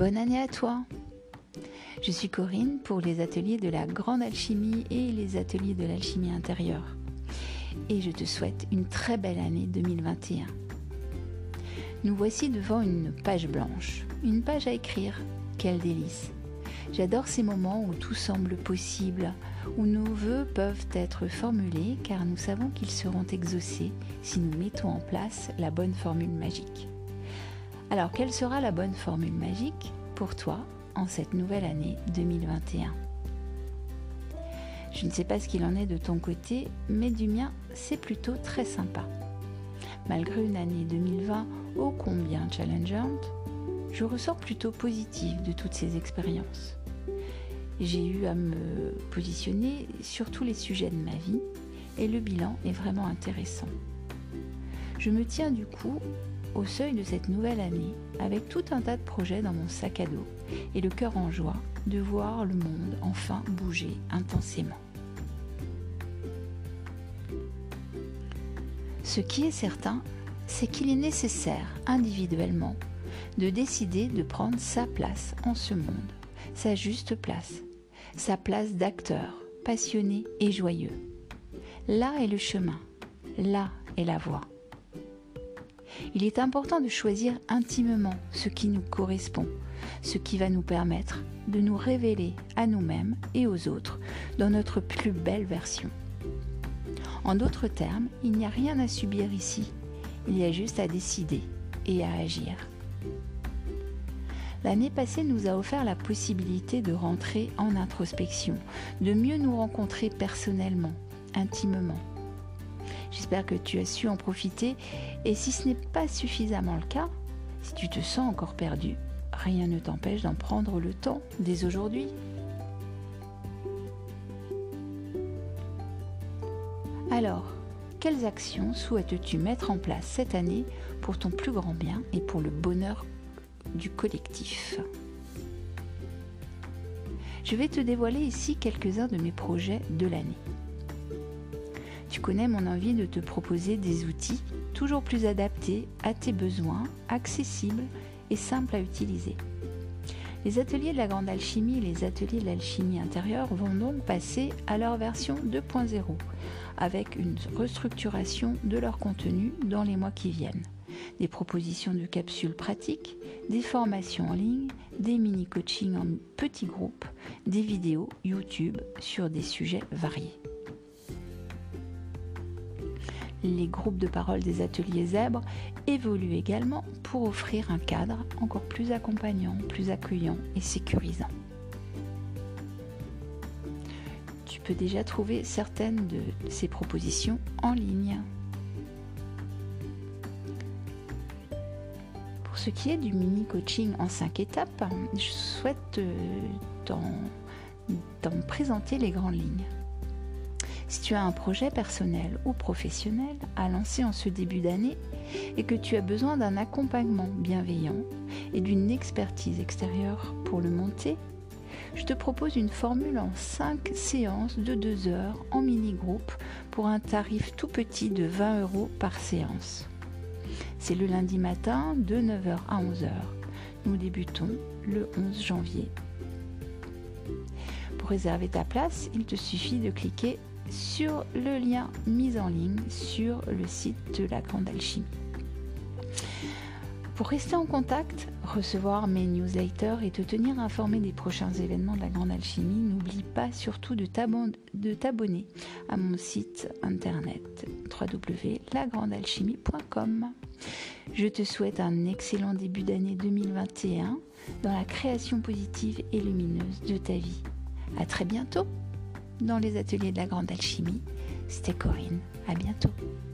Bonne année à toi! Je suis Corinne pour les ateliers de la Grande Alchimie et les ateliers de l'alchimie intérieure. Et je te souhaite une très belle année 2021. Nous voici devant une page blanche, une page à écrire. Quel délice! J'adore ces moments où tout semble possible, où nos vœux peuvent être formulés car nous savons qu'ils seront exaucés si nous mettons en place la bonne formule magique. Alors, quelle sera la bonne formule magique pour toi en cette nouvelle année 2021? Je ne sais pas ce qu'il en est de ton côté, mais du mien, c'est plutôt très sympa. Malgré une année 2020 ô combien challengeante, je ressors plutôt positive de toutes ces expériences. J'ai eu à me positionner sur tous les sujets de ma vie et le bilan est vraiment intéressant. Je me tiens du coup au seuil de cette nouvelle année avec tout un tas de projets dans mon sac à dos et le cœur en joie de voir le monde enfin bouger intensément. Ce qui est certain, c'est qu'il est nécessaire individuellement de décider de prendre sa place en ce monde, sa juste place, sa place d'acteur, passionné et joyeux. Là est le chemin, là est la voie. Il est important de choisir intimement ce qui nous correspond, ce qui va nous permettre de nous révéler à nous-mêmes et aux autres dans notre plus belle version. En d'autres termes, il n'y a rien à subir ici, il y a juste à décider et à agir. L'année passée nous a offert la possibilité de rentrer en introspection, de mieux nous rencontrer personnellement, intimement. J'espère que tu as su en profiter et si ce n'est pas suffisamment le cas, si tu te sens encore perdu, rien ne t'empêche d'en prendre le temps dès aujourd'hui. Alors, quelles actions souhaites-tu mettre en place cette année pour ton plus grand bien et pour le bonheur du collectif? Je vais te dévoiler ici quelques-uns de mes projets de l'année. Tu connais mon envie de te proposer des outils toujours plus adaptés à tes besoins, accessibles et simples à utiliser. Les ateliers de la Grande Alchimie et les ateliers de l'alchimie intérieure vont donc passer à leur version 2.0 avec une restructuration de leur contenu dans les mois qui viennent. Des propositions de capsules pratiques, des formations en ligne, des mini-coachings en petits groupes, des vidéos YouTube sur des sujets variés. Les groupes de parole des ateliers Zèbre évoluent également pour offrir un cadre encore plus accompagnant, plus accueillant et sécurisant. Tu peux déjà trouver certaines de ces propositions en ligne. Pour ce qui est du mini-coaching en 5 étapes, je souhaite t'en présenter les grandes lignes. Si tu as un projet personnel ou professionnel à lancer en ce début d'année et que tu as besoin d'un accompagnement bienveillant et d'une expertise extérieure pour le monter, je te propose une formule en 5 séances de 2 heures en mini-groupe pour un tarif tout petit de 20 € par séance. C'est le lundi matin de 9h à 11h. Nous débutons le 11 janvier. Pour réserver ta place, il te suffit de cliquer sur le lien mis en ligne sur le site de la Grande Alchimie. Pour rester en contact, recevoir mes newsletters et te tenir informé des prochains événements de la Grande Alchimie, n'oublie pas surtout de t'abonner à mon site internet www.lagrandealchimie.com. Je te souhaite un excellent début d'année 2021 dans la création positive et lumineuse de ta vie. À très bientôt dans les ateliers de la Grande Alchimie. C'était Corinne. À bientôt.